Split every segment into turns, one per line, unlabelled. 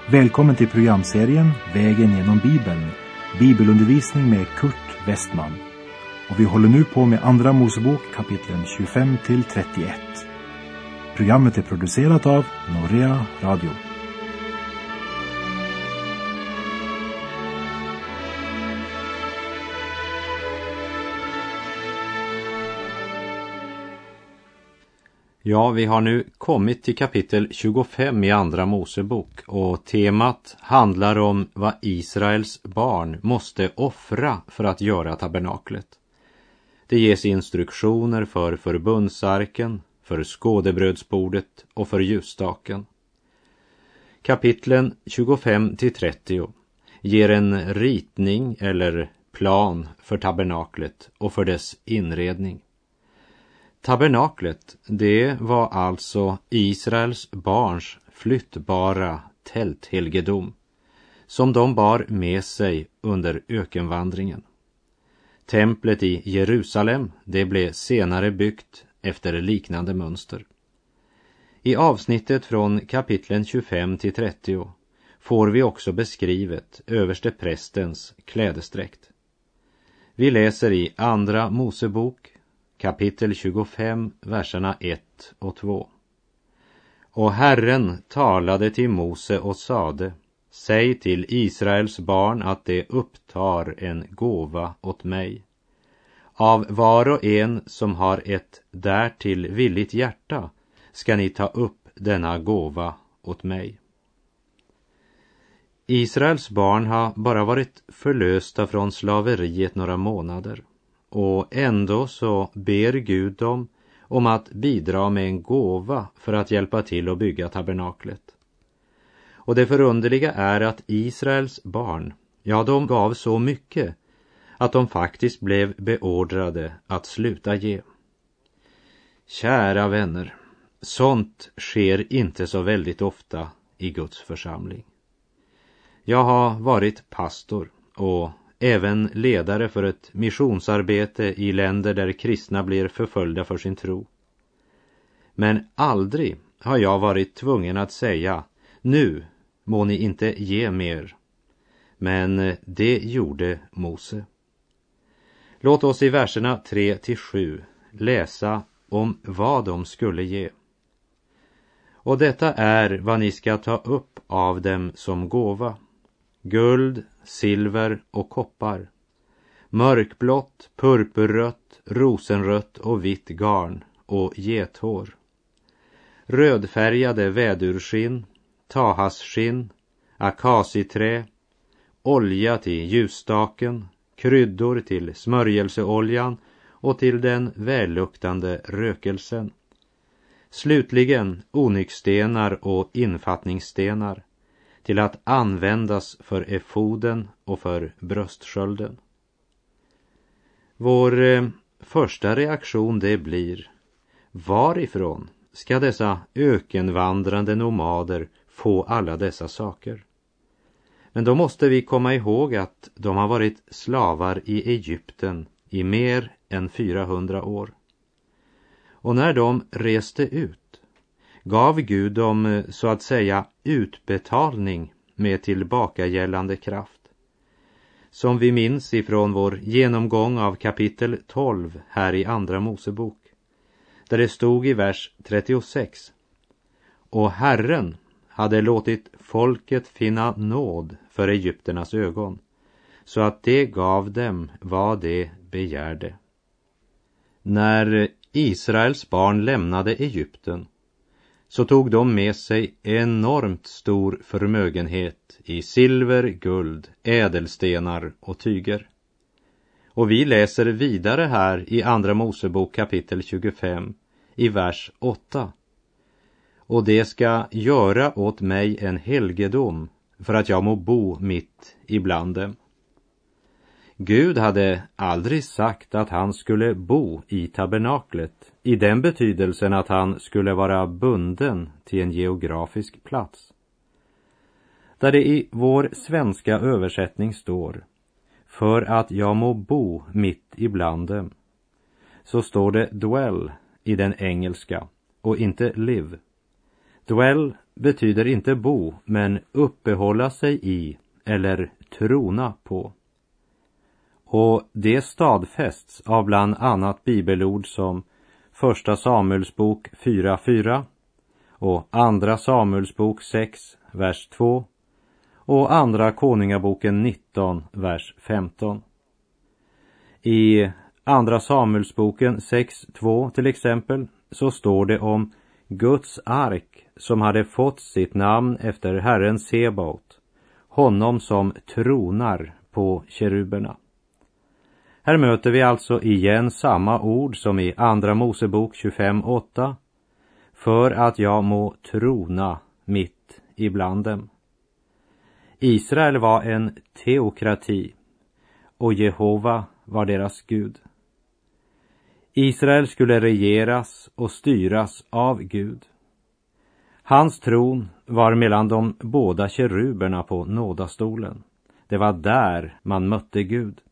Välkommen till programserien Vägen genom Bibeln, bibelundervisning med Kurt Westman. Och vi håller nu på med Andra Mosebok kapitlen 25-31. Programmet är producerat av Norea Radio.
Ja, vi har nu kommit till kapitel 25 i Andra Mosebok och temat handlar om vad Israels barn måste offra för att göra tabernaklet. Det ges instruktioner för förbundsarken, för skådebrödsbordet och för ljusstaken. Kapitlen 25-30 ger en ritning eller plan för tabernaklet och för dess inredning. Tabernaklet, det var alltså Israels barns flyttbara tälthelgedom som de bar med sig under ökenvandringen. Templet i Jerusalem, det blev senare byggt efter liknande mönster. I avsnittet från kapitlen 25-30 får vi också beskrivet överste prästens klädesdräkt. Vi läser i Andra Mosebok kapitel 25, verserna 1 och 2. Och Herren talade till Mose och sade: säg till Israels barn att de upptar en gåva åt mig. Av var och en som har ett därtill villigt hjärta ska ni ta upp denna gåva åt mig. Israels barn har bara varit förlösta från slaveriet några månader. Och ändå så ber Gud dem om att bidra med en gåva för att hjälpa till att bygga tabernaklet. Och det förunderliga är att Israels barn, ja, de gav så mycket att de faktiskt blev beordrade att sluta ge. Kära vänner, sånt sker inte så väldigt ofta i Guds församling. Jag har varit pastor och även ledare för ett missionsarbete i länder där kristna blir förföljda för sin tro. Men aldrig har jag varit tvungen att säga: nu må ni inte ge mer. Men det gjorde Mose. Låt oss i verserna 3-7 läsa om vad de skulle ge. Och detta är vad ni ska ta upp av dem som gåva: guld, silver och koppar, mörkblått, purpurrött, rosenrött och vitt garn och gethår, rödfärgade vädurskinn, tahasskinn, akasiträ, olja till ljusstaken, kryddor till smörjelseoljan och till den välluktande rökelsen. Slutligen onyxstenar och infattningsstenar till att användas för efoden och för bröstskölden. Vår första reaktion det blir: varifrån ska dessa ökenvandrande nomader få alla dessa saker? Men då måste vi komma ihåg att de har varit slavar i Egypten i mer än 400 år. Och när de reste ut gav Gud dem så att säga utbetalning med tillbakagällande kraft. Som vi minns ifrån vår genomgång av kapitel 12 här i Andra Mosebok, där det stod i vers 36: och Herren hade låtit folket finna nåd för egypternas ögon, så att det gav dem vad de begärde. När Israels barn lämnade Egypten så tog de med sig enormt stor förmögenhet i silver, guld, ädelstenar och tyger. Och vi läser vidare här i Andra Mosebok kapitel 25 i vers 8. Och det ska göra åt mig en helgedom för att jag må bo mitt ibland dem. Gud hade aldrig sagt att han skulle bo i tabernaklet i den betydelsen att han skulle vara bunden till en geografisk plats. Där det i vår svenska översättning står för att jag må bo mitt ibland dem, så står det dwell i den engelska och inte live. Dwell betyder inte bo, men uppehålla sig i eller trona på. Och det stadfästs av bland annat bibelord som Första Samuelsbok 4:4 och Andra Samuelsbok 6, vers 2 och Andra Konungaboken 19, vers 15. I Andra Samuelsboken 6:2 till exempel så står det om Guds ark som hade fått sitt namn efter Herren Sebaot, honom som tronar på keruberna. Här möter vi alltså igen samma ord som i Andra Mosebok 25:8, för att jag må trona mitt ibland dem. Israel var en teokrati och Jehova var deras Gud. Israel skulle regeras och styras av Gud. Hans tron var mellan de båda keruberna på nådastolen. Det var där man mötte Gud.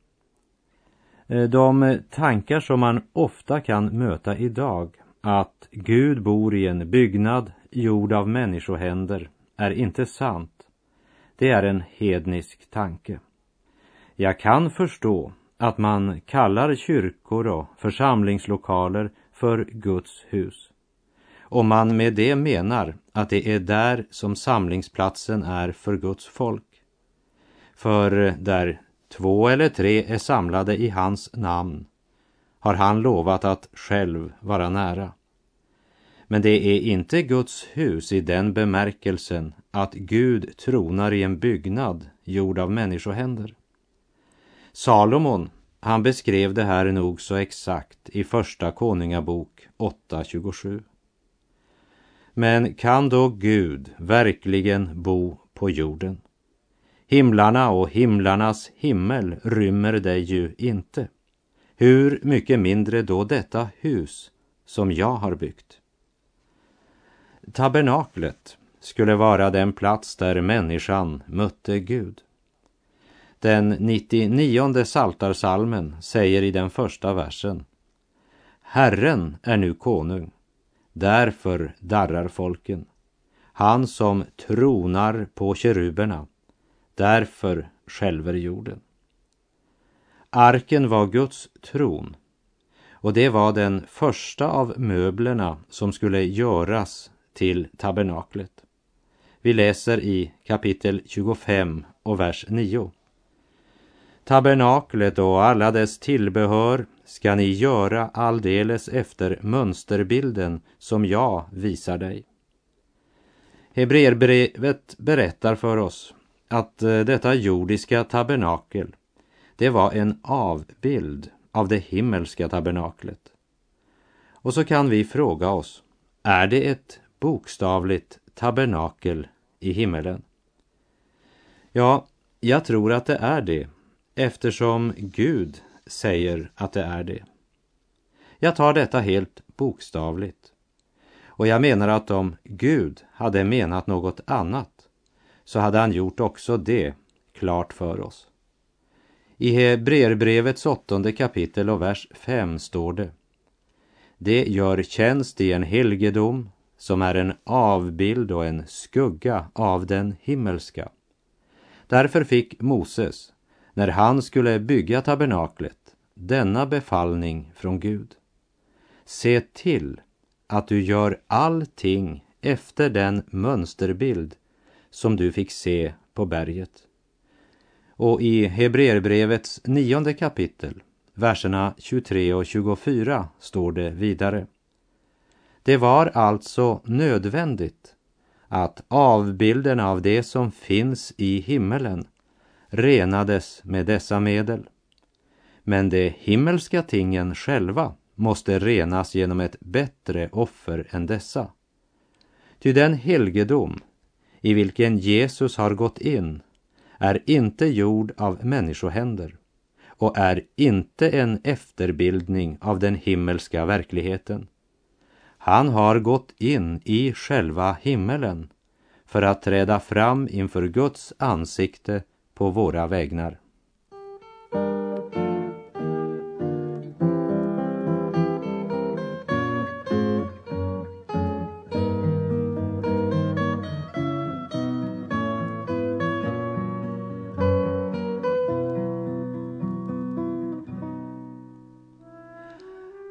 De tankar som man ofta kan möta idag, att Gud bor i en byggnad gjord av människohänder, är inte sant. Det är en hednisk tanke. Jag kan förstå att man kallar kyrkor och församlingslokaler för Guds hus. Om man med det menar att det är där som samlingsplatsen är för Guds folk. För där 2 eller 3 är samlade i hans namn har han lovat att själv vara nära. Men det är inte Guds hus i den bemärkelsen att Gud tronar i en byggnad gjord av människohänder. Salomon, han beskrev det här nog så exakt i Första Konungabok 8:27. Men kan då Gud verkligen bo på jorden? Himlarna och himlarnas himmel rymmer dig ju inte. Hur mycket mindre då detta hus som jag har byggt? Tabernaklet skulle vara den plats där människan mötte Gud. Den 99:e psaltarpsalmen säger i den första versen: Herren är nu konung, därför darrar folken. Han som tronar på keruberna, därför skälver jorden. Arken var Guds tron, och det var den första av möblerna som skulle göras till tabernaklet. Vi läser i kapitel 25 och vers 9. Tabernaklet och alla dess tillbehör ska ni göra alldeles efter mönsterbilden som jag visar dig. Hebreerbrevet berättar för oss att detta jordiska tabernakel, det var en avbild av det himmelska tabernaklet. Och så kan vi fråga oss, är det ett bokstavligt tabernakel i himmelen? Ja, jag tror att det är det, eftersom Gud säger att det är det. Jag tar detta helt bokstavligt. Och jag menar att om Gud hade menat något annat, så hade han gjort också det klart för oss. I Hebreerbrevets 8:e kapitel och vers 5 står det: Det gör tjänst i en helgedom som är en avbild och en skugga av den himmelska. Därför fick Moses, när han skulle bygga tabernaklet, denna befallning från Gud: Se till att du gör allting efter den mönsterbild som du fick se på berget. Och i Hebreerbrevets 9:e kapitel, verserna 23 och 24 står det vidare: Det var alltså nödvändigt att avbilderna av det som finns i himmelen renades med dessa medel. Men de himmelska tingen själva måste renas genom ett bättre offer än dessa. Ty den helgedom i vilken Jesus har gått in är inte gjord av människohänder och är inte en efterbildning av den himmelska verkligheten. Han har gått in i själva himmelen för att träda fram inför Guds ansikte på våra vägnar.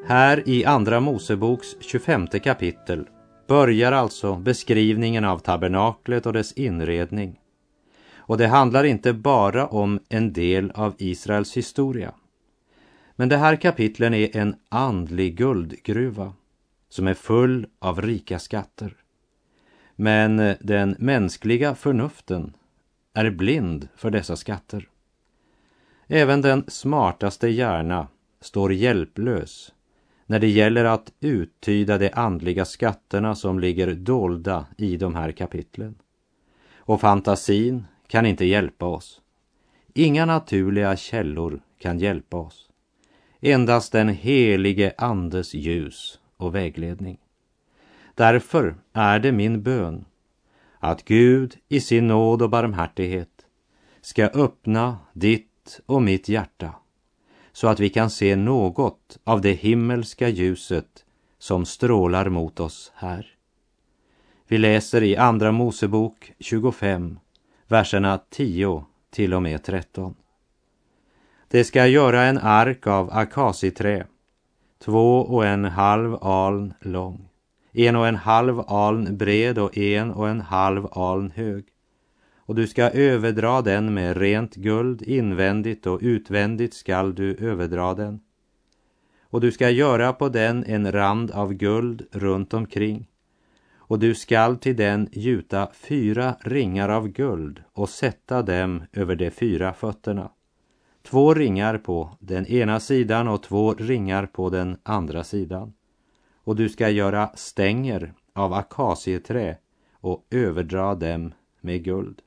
Här i Andra Moseboks 25 kapitel börjar alltså beskrivningen av tabernaklet och dess inredning. Och det handlar inte bara om en del av Israels historia. Men det här kapitlen är en andlig guldgruva som är full av rika skatter. Men den mänskliga förnuften är blind för dessa skatter. Även den smartaste hjärna står hjälplös när det gäller att uttyda de andliga skatterna som ligger dolda i de här kapitlen. Och fantasin kan inte hjälpa oss. Inga naturliga källor kan hjälpa oss. Endast den helige Andes ljus och vägledning. Därför är det min bön att Gud i sin nåd och barmhärtighet ska öppna ditt och mitt hjärta så att vi kan se något av det himmelska ljuset som strålar mot oss här. Vi läser i Andra Mosebok 25, verserna 10 till och med 13. Det ska göra en ark av akasiträ, 2,5 aln lång, 1,5 aln bred och 1,5 aln hög. Och du ska överdra den med rent guld, invändigt och utvändigt skall du överdra den. Och du ska göra på den en rand av guld runt omkring. Och du skall till den gjuta 4 ringar av guld och sätta dem över de 4 fötterna. 2 ringar på den ena sidan och 2 ringar på den andra sidan. Och du ska göra stänger av akasieträ och överdra dem med guld.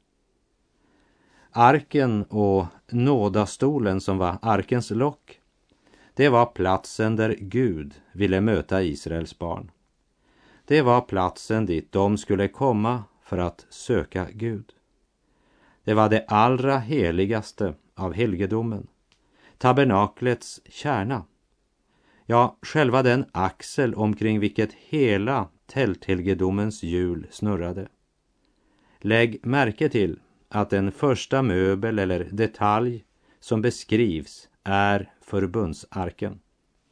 Arken och nådastolen som var arkens lock, det var platsen där Gud ville möta Israels barn. Det var platsen dit de skulle komma för att söka Gud. Det var det allra heligaste av helgedomen, tabernaklets kärna. Ja, själva den axel omkring vilket hela tälthelgedomens hjul snurrade. Lägg märke till att den första möbel eller detalj som beskrivs är förbundsarken.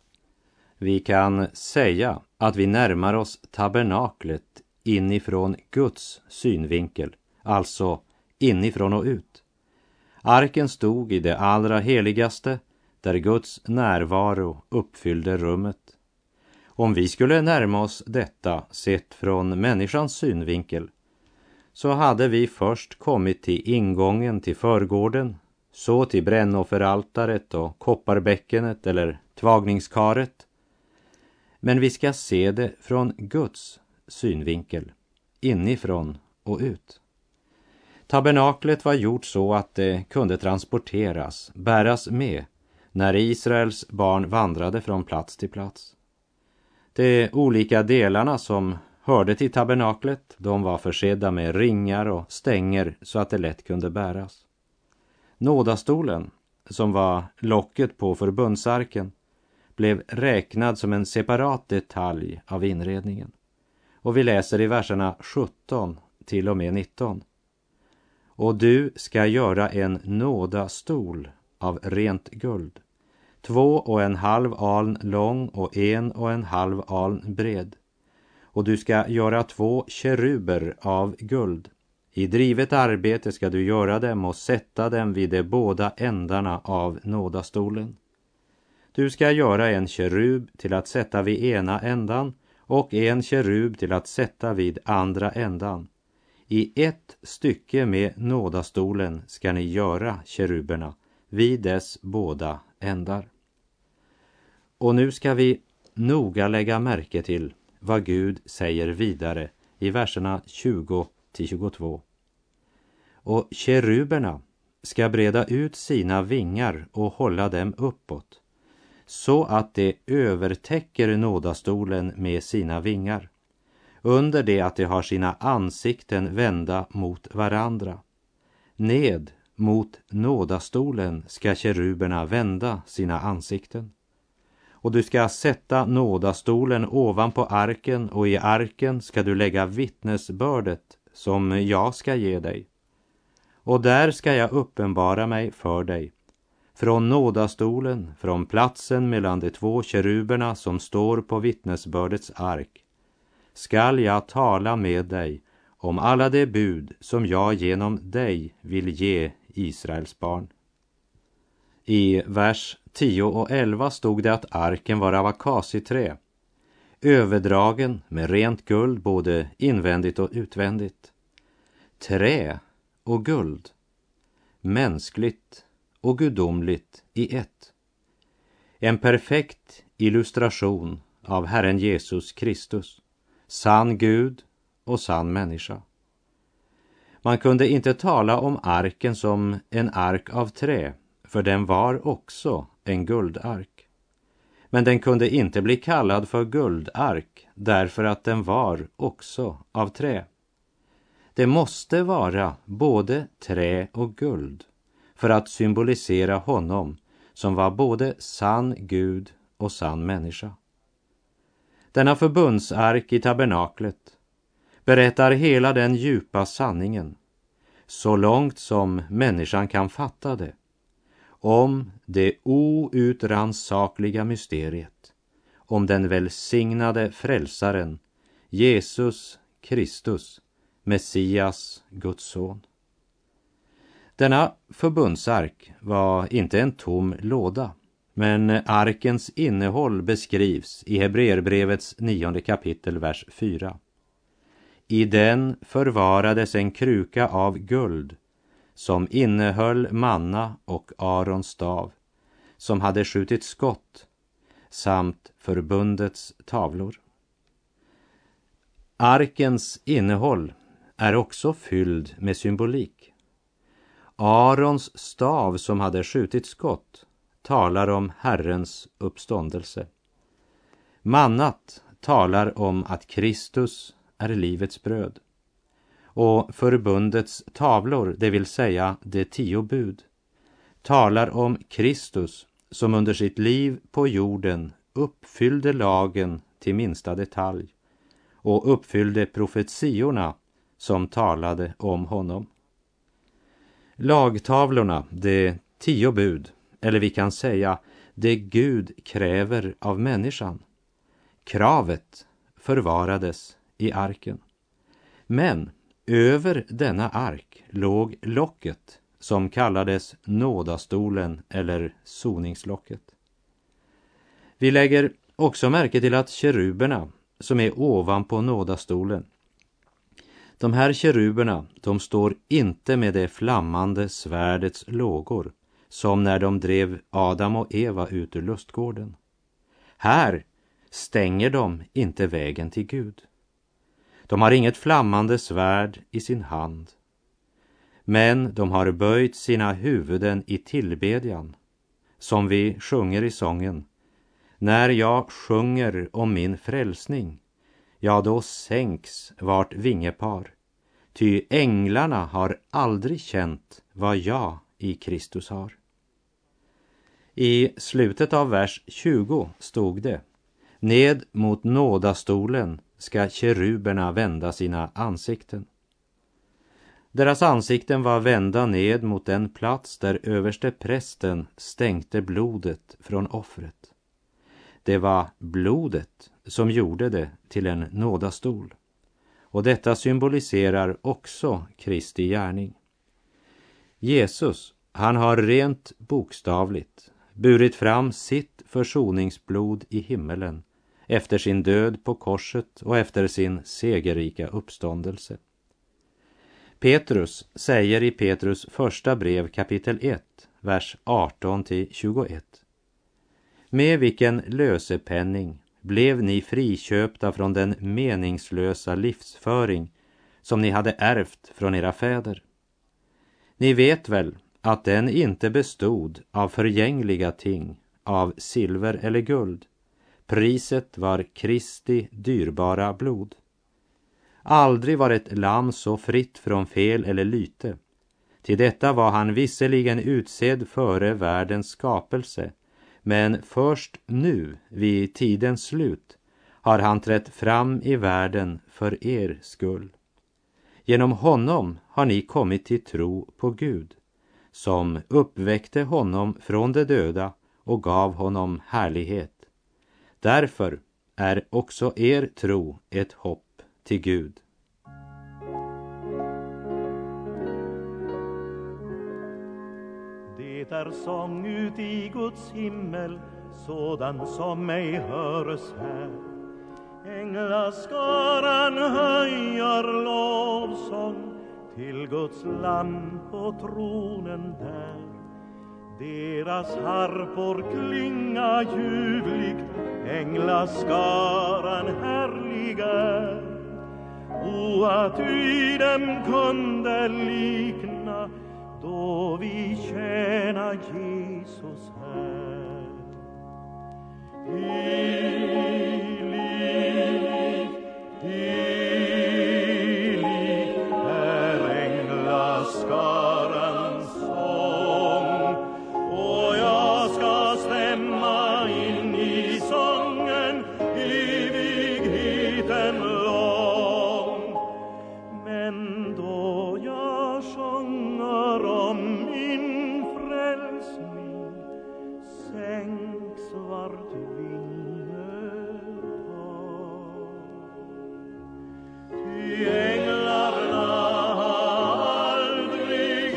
Vi kan säga att vi närmar oss tabernaklet inifrån Guds synvinkel, alltså inifrån och ut. Arken stod i det allra heligaste där Guds närvaro uppfyllde rummet. Om vi skulle närma oss detta sett från människans synvinkel, så hade vi först kommit till ingången till förgården, så till brännofferaltaret och kopparbäckenet eller tvagningskaret. Men vi ska se det från Guds synvinkel, inifrån och ut. Tabernaklet var gjort så att det kunde transporteras, bäras med, när Israels barn vandrade från plats till plats. De olika delarna som hörde till tabernaklet, de var försedda med ringar och stänger så att det lätt kunde bäras. Nådastolen, som var locket på förbundsarken, blev räknad som en separat detalj av inredningen. Och vi läser i verserna 17 till och med 19. Och du ska göra en nådastol av rent guld, 2,5 aln lång och 1,5 aln bred. Och du ska göra 2 keruber av guld. I drivet arbete ska du göra dem och sätta dem vid de båda ändarna av nådastolen. Du ska göra en kerub till att sätta vid ena ändan och en kerub till att sätta vid andra ändan. I ett stycke med nådastolen ska ni göra keruberna vid dess båda ändar. Och nu ska vi noga lägga märke till vad Gud säger vidare i verserna 20 till 22. Och keruberna ska breda ut sina vingar och hålla dem uppåt, så att de övertäcker nådastolen med sina vingar, under det att de har sina ansikten vända mot varandra. Ned mot nådastolen ska keruberna vända sina ansikten. Och du ska sätta nådastolen ovanpå arken, och i arken ska du lägga vittnesbördet som jag ska ge dig. Och där ska jag uppenbara mig för dig, från nådastolen, från platsen mellan de två keruberna som står på vittnesbördets ark, skall jag tala med dig om alla de bud som jag genom dig vill ge Israels barn. I vers 10 och 11 stod det att arken var av akasiträ, överdragen med rent guld både invändigt och utvändigt. Trä och guld, mänskligt och gudomligt i ett. En perfekt illustration av Herren Jesus Kristus, sann Gud och sann människa. Man kunde inte tala om arken som en ark av trä, för den var också en guldark. Men den kunde inte bli kallad för guldark därför att den var också av trä. Det måste vara både trä och guld för att symbolisera honom som var både sann Gud och sann människa. Denna förbundsark i tabernaklet berättar hela den djupa sanningen, så långt som människan kan fatta det, om det outrannsakliga mysteriet, om den välsignade frälsaren, Jesus Kristus, Messias, Guds son. Denna förbundsark var inte en tom låda, men arkens innehåll beskrivs i Hebreerbrevets 9:e kapitel, vers 4. I den förvarades en kruka av guld som innehöll manna och Arons stav, som hade skjutit skott, samt förbundets tavlor. Arkens innehåll är också fylld med symbolik. Arons stav som hade skjutit skott talar om Herrens uppståndelse. Mannat talar om att Kristus är livets bröd. Och förbundets tavlor, det vill säga de 10 bud, talar om Kristus som under sitt liv på jorden uppfyllde lagen till minsta detalj och uppfyllde profetiorna som talade om honom. Lagtavlorna, de 10 bud, eller vi kan säga det Gud kräver av människan. Kravet förvarades i arken. Men över denna ark låg locket som kallades nådastolen eller soningslocket. Vi lägger också märke till att keruberna som är ovanpå nådastolen, de här keruberna, de står inte med det flammande svärdets lågor som när de drev Adam och Eva ut ur lustgården. Här stänger de inte vägen till Gud. De har inget flammande svärd i sin hand, men de har böjt sina huvuden i tillbedjan, som vi sjunger i sången. När jag sjunger om min frälsning, ja då sänks vart vingepar, ty änglarna har aldrig känt vad jag i Kristus har. I slutet av vers 20 stod det: ned mot nådastolen ska keruberna vända sina ansikten. Deras ansikten var vända ned mot den plats där överste prästen stänkte blodet från offret. Det var blodet som gjorde det till en nådastol. Och detta symboliserar också Kristi gärning. Jesus, han har rent bokstavligt burit fram sitt försoningsblod i himmelen efter sin död på korset och efter sin segerrika uppståndelse. Petrus säger i Petrus första brev kapitel 1, vers 18-21. Med vilken lösepenning blev ni friköpta från den meningslösa livsföring som ni hade ärvt från era fäder? Ni vet väl att den inte bestod av förgängliga ting, av silver eller guld. Priset var Kristi dyrbara blod. Aldrig var ett lamm så fritt från fel eller lyte. Till detta var han visserligen utsedd före världens skapelse, men först nu, vid tidens slut, har han trätt fram i världen för er skull. Genom honom har ni kommit till tro på Gud, som uppväckte honom från de döda och gav honom härlighet. Därför är också er tro ett hopp till Gud.
Det är sång ut i Guds himmel, sådan som ej höres här. Änglaskaran höjer lovsång till Guds lamm på tronen där. Deras harpor klinga ljuvligt, änglaskaran härlig är. O, att vi dem kunde likna, då vi tjäna Jesus här. Helig, helig är änglaskarans sång, och jag ska stämma in i sången evigheten lång. Men då jag sjunger om min frälsning, sänks vart vingetag. Ty änglarna aldrig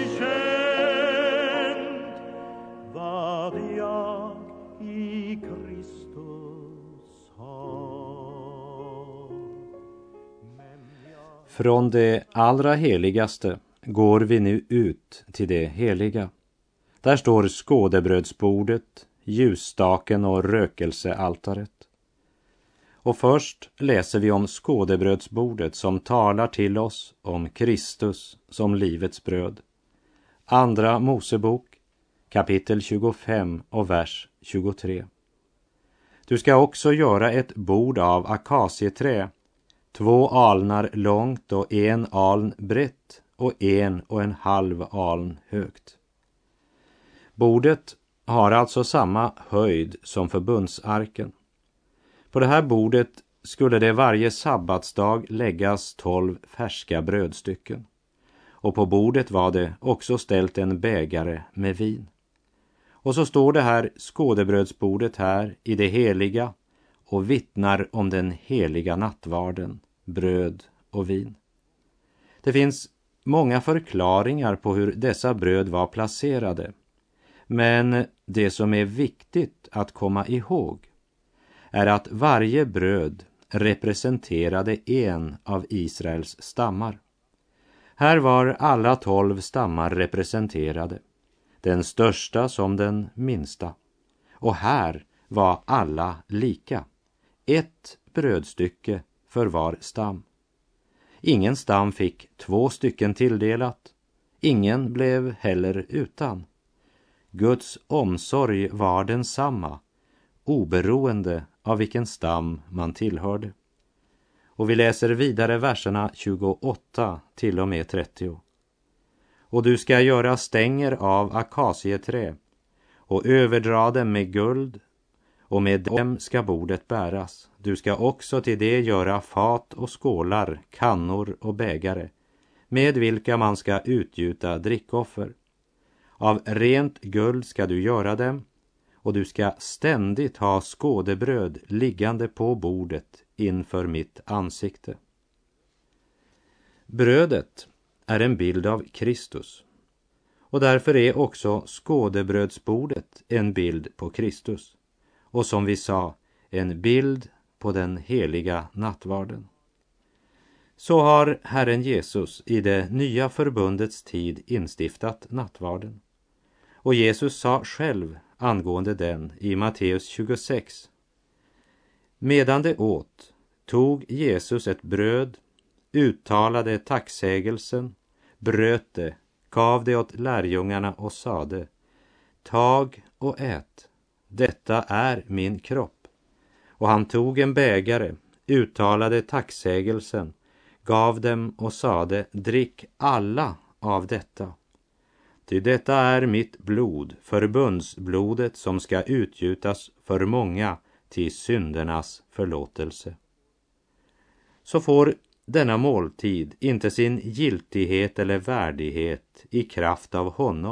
känt vad jag i Kristus har.
Från det allra heligaste går vi nu ut till det heliga. Där står skådebrödsbordet, ljusstaken och rökelsealtaret. Och först läser vi om skådebrödsbordet som talar till oss om Kristus som livets bröd. Andra Mosebok, kapitel 25 och vers 23. Du ska också göra ett bord av akacieträ, 2 alnar långt och 1 aln brett och 1,5 aln högt. Bordet har alltså samma höjd som förbundsarken. På det här bordet skulle det varje sabbatsdag läggas 12 färska brödstycken. Och på bordet var det också ställt en bägare med vin. Och så står det här skådebrödsbordet här i det heliga och vittnar om den heliga nattvarden, bröd och vin. Det finns många förklaringar på hur dessa bröd var placerade. Men det som är viktigt att komma ihåg är att varje bröd representerade en av Israels stammar. Här var alla 12 stammar representerade, den största som den minsta. Och här var alla lika, 1 brödstycke för var stam. Ingen stam fick 2 stycken tilldelat, ingen blev heller utan. Guds omsorg var densamma, oberoende av vilken stam man tillhörde. Och vi läser vidare verserna 28 till och med 30. Och du ska göra stänger av akacieträ och överdra dem med guld, och med dem ska bordet bäras. Du ska också till det göra fat och skålar, kannor och bägare, med vilka man ska utgjuta drickoffer. Av rent guld ska du göra dem, och du ska ständigt ha skådebröd liggande på bordet inför mitt ansikte. Brödet är en bild av Kristus, och därför är också skådebrödsbordet en bild på Kristus, och som vi sa, en bild på den heliga nattvarden. Så har Herren Jesus i det nya förbundets tid instiftat nattvarden. Och Jesus sa själv angående den i Matteus 26. Medan det åt, tog Jesus ett bröd, uttalade tacksägelsen, bröt det, gav det åt lärjungarna och sade: tag och ät, detta är min kropp. Och han tog en bägare, uttalade tacksägelsen, gav dem och sade: drick alla av detta. Ty detta är mitt blod, förbundsblodet som ska utgjutas för många till syndernas förlåtelse. Så får denna måltid inte sin giltighet eller värdighet i kraft av honom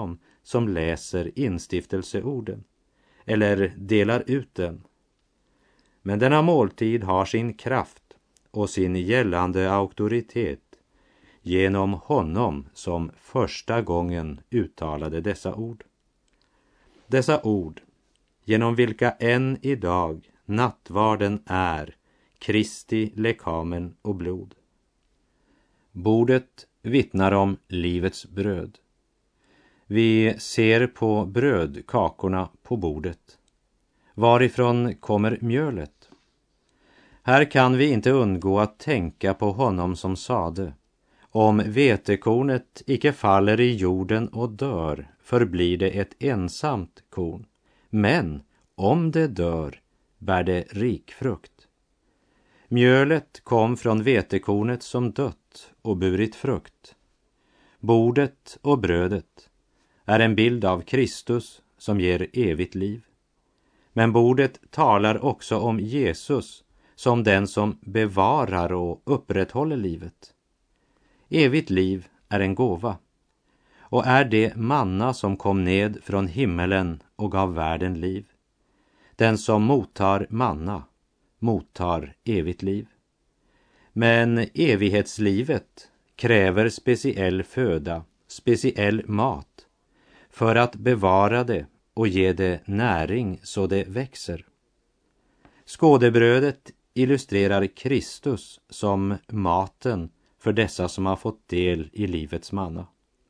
som läser instiftelseorden eller delar ut den. Men denna måltid har sin kraft och sin gällande auktoritet genom honom som första gången uttalade dessa ord. Dessa ord, genom vilka än idag nattvarden är Kristi lekamen och blod. Bordet vittnar om livets bröd. Vi ser på brödkakorna på bordet. Varifrån kommer mjölet? Här kan vi inte undgå att tänka på honom som sade: om vetekornet icke faller i jorden och dör, förblir det ett ensamt korn. Men om det dör, bär det rik frukt. Mjölet kom från vetekornet som dött och burit frukt. Bordet och brödet är en bild av Kristus som ger evigt liv. Men bordet talar också om Jesus som den som bevarar och upprätthåller livet. Evigt liv är en gåva och är det manna som kom ned från himmelen och gav världen liv. Den som mottar manna mottar evigt liv. Men evighetslivet kräver speciell föda, speciell mat för att bevara det och ge det näring så det växer. Skådebrödet illustrerar Kristus som maten för dessa som har fått del i livets manna.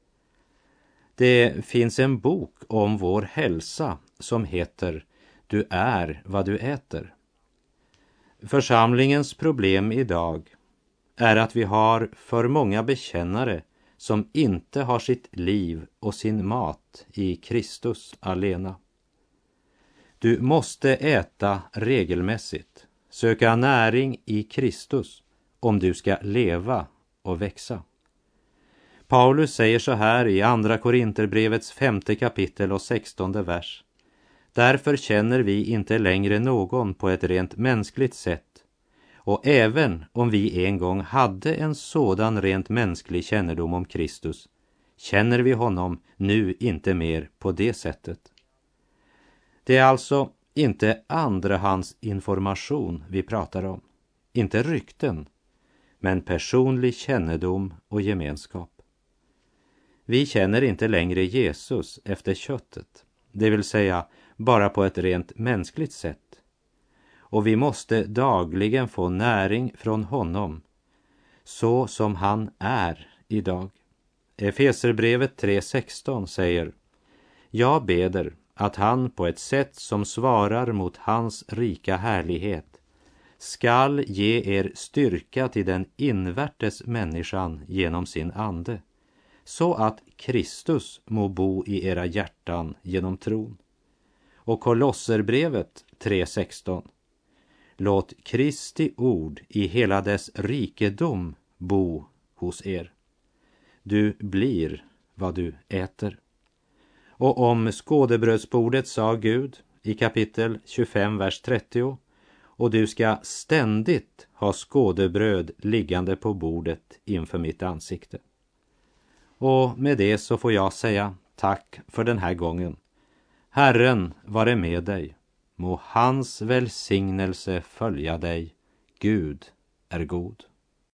Det finns en bok om vår hälsa som heter Du är vad du äter. Församlingens problem idag är att vi har för många bekännare som inte har sitt liv och sin mat i Kristus alena. Du måste äta regelmässigt, söka näring i Kristus om du ska leva och växa. Paulus säger så här i andra Korinterbrevets 5:e kapitel och 16:e vers. Därför känner vi inte längre någon på ett rent mänskligt sätt. Och även om vi en gång hade en sådan rent mänsklig kännedom om Kristus, känner vi honom nu inte mer på det sättet. Det är alltså inte andrahands information vi pratar om, inte rykten, men personlig kännedom och gemenskap. Vi känner inte längre Jesus efter köttet, det vill säga bara på ett rent mänskligt sätt. Och vi måste dagligen få näring från honom, så som han är idag. Efeserbrevet 3:16 säger: Jag beder att han på ett sätt som svarar mot hans rika härlighet skall ge er styrka till den invärtes människan genom sin ande, så att Kristus må bo i era hjärtan genom tron. Och Kolosserbrevet 3:16: Låt Kristi ord i hela dess rikedom bo hos er. Du blir vad du äter. Och om skådebrödsbordet sa Gud i kapitel 25, vers 30: Och du ska ständigt ha skådebröd liggande på bordet inför mitt ansikte. Och med det så får jag säga tack för den här gången. Herren vare med dig. Må hans välsignelse följa dig. Gud är god.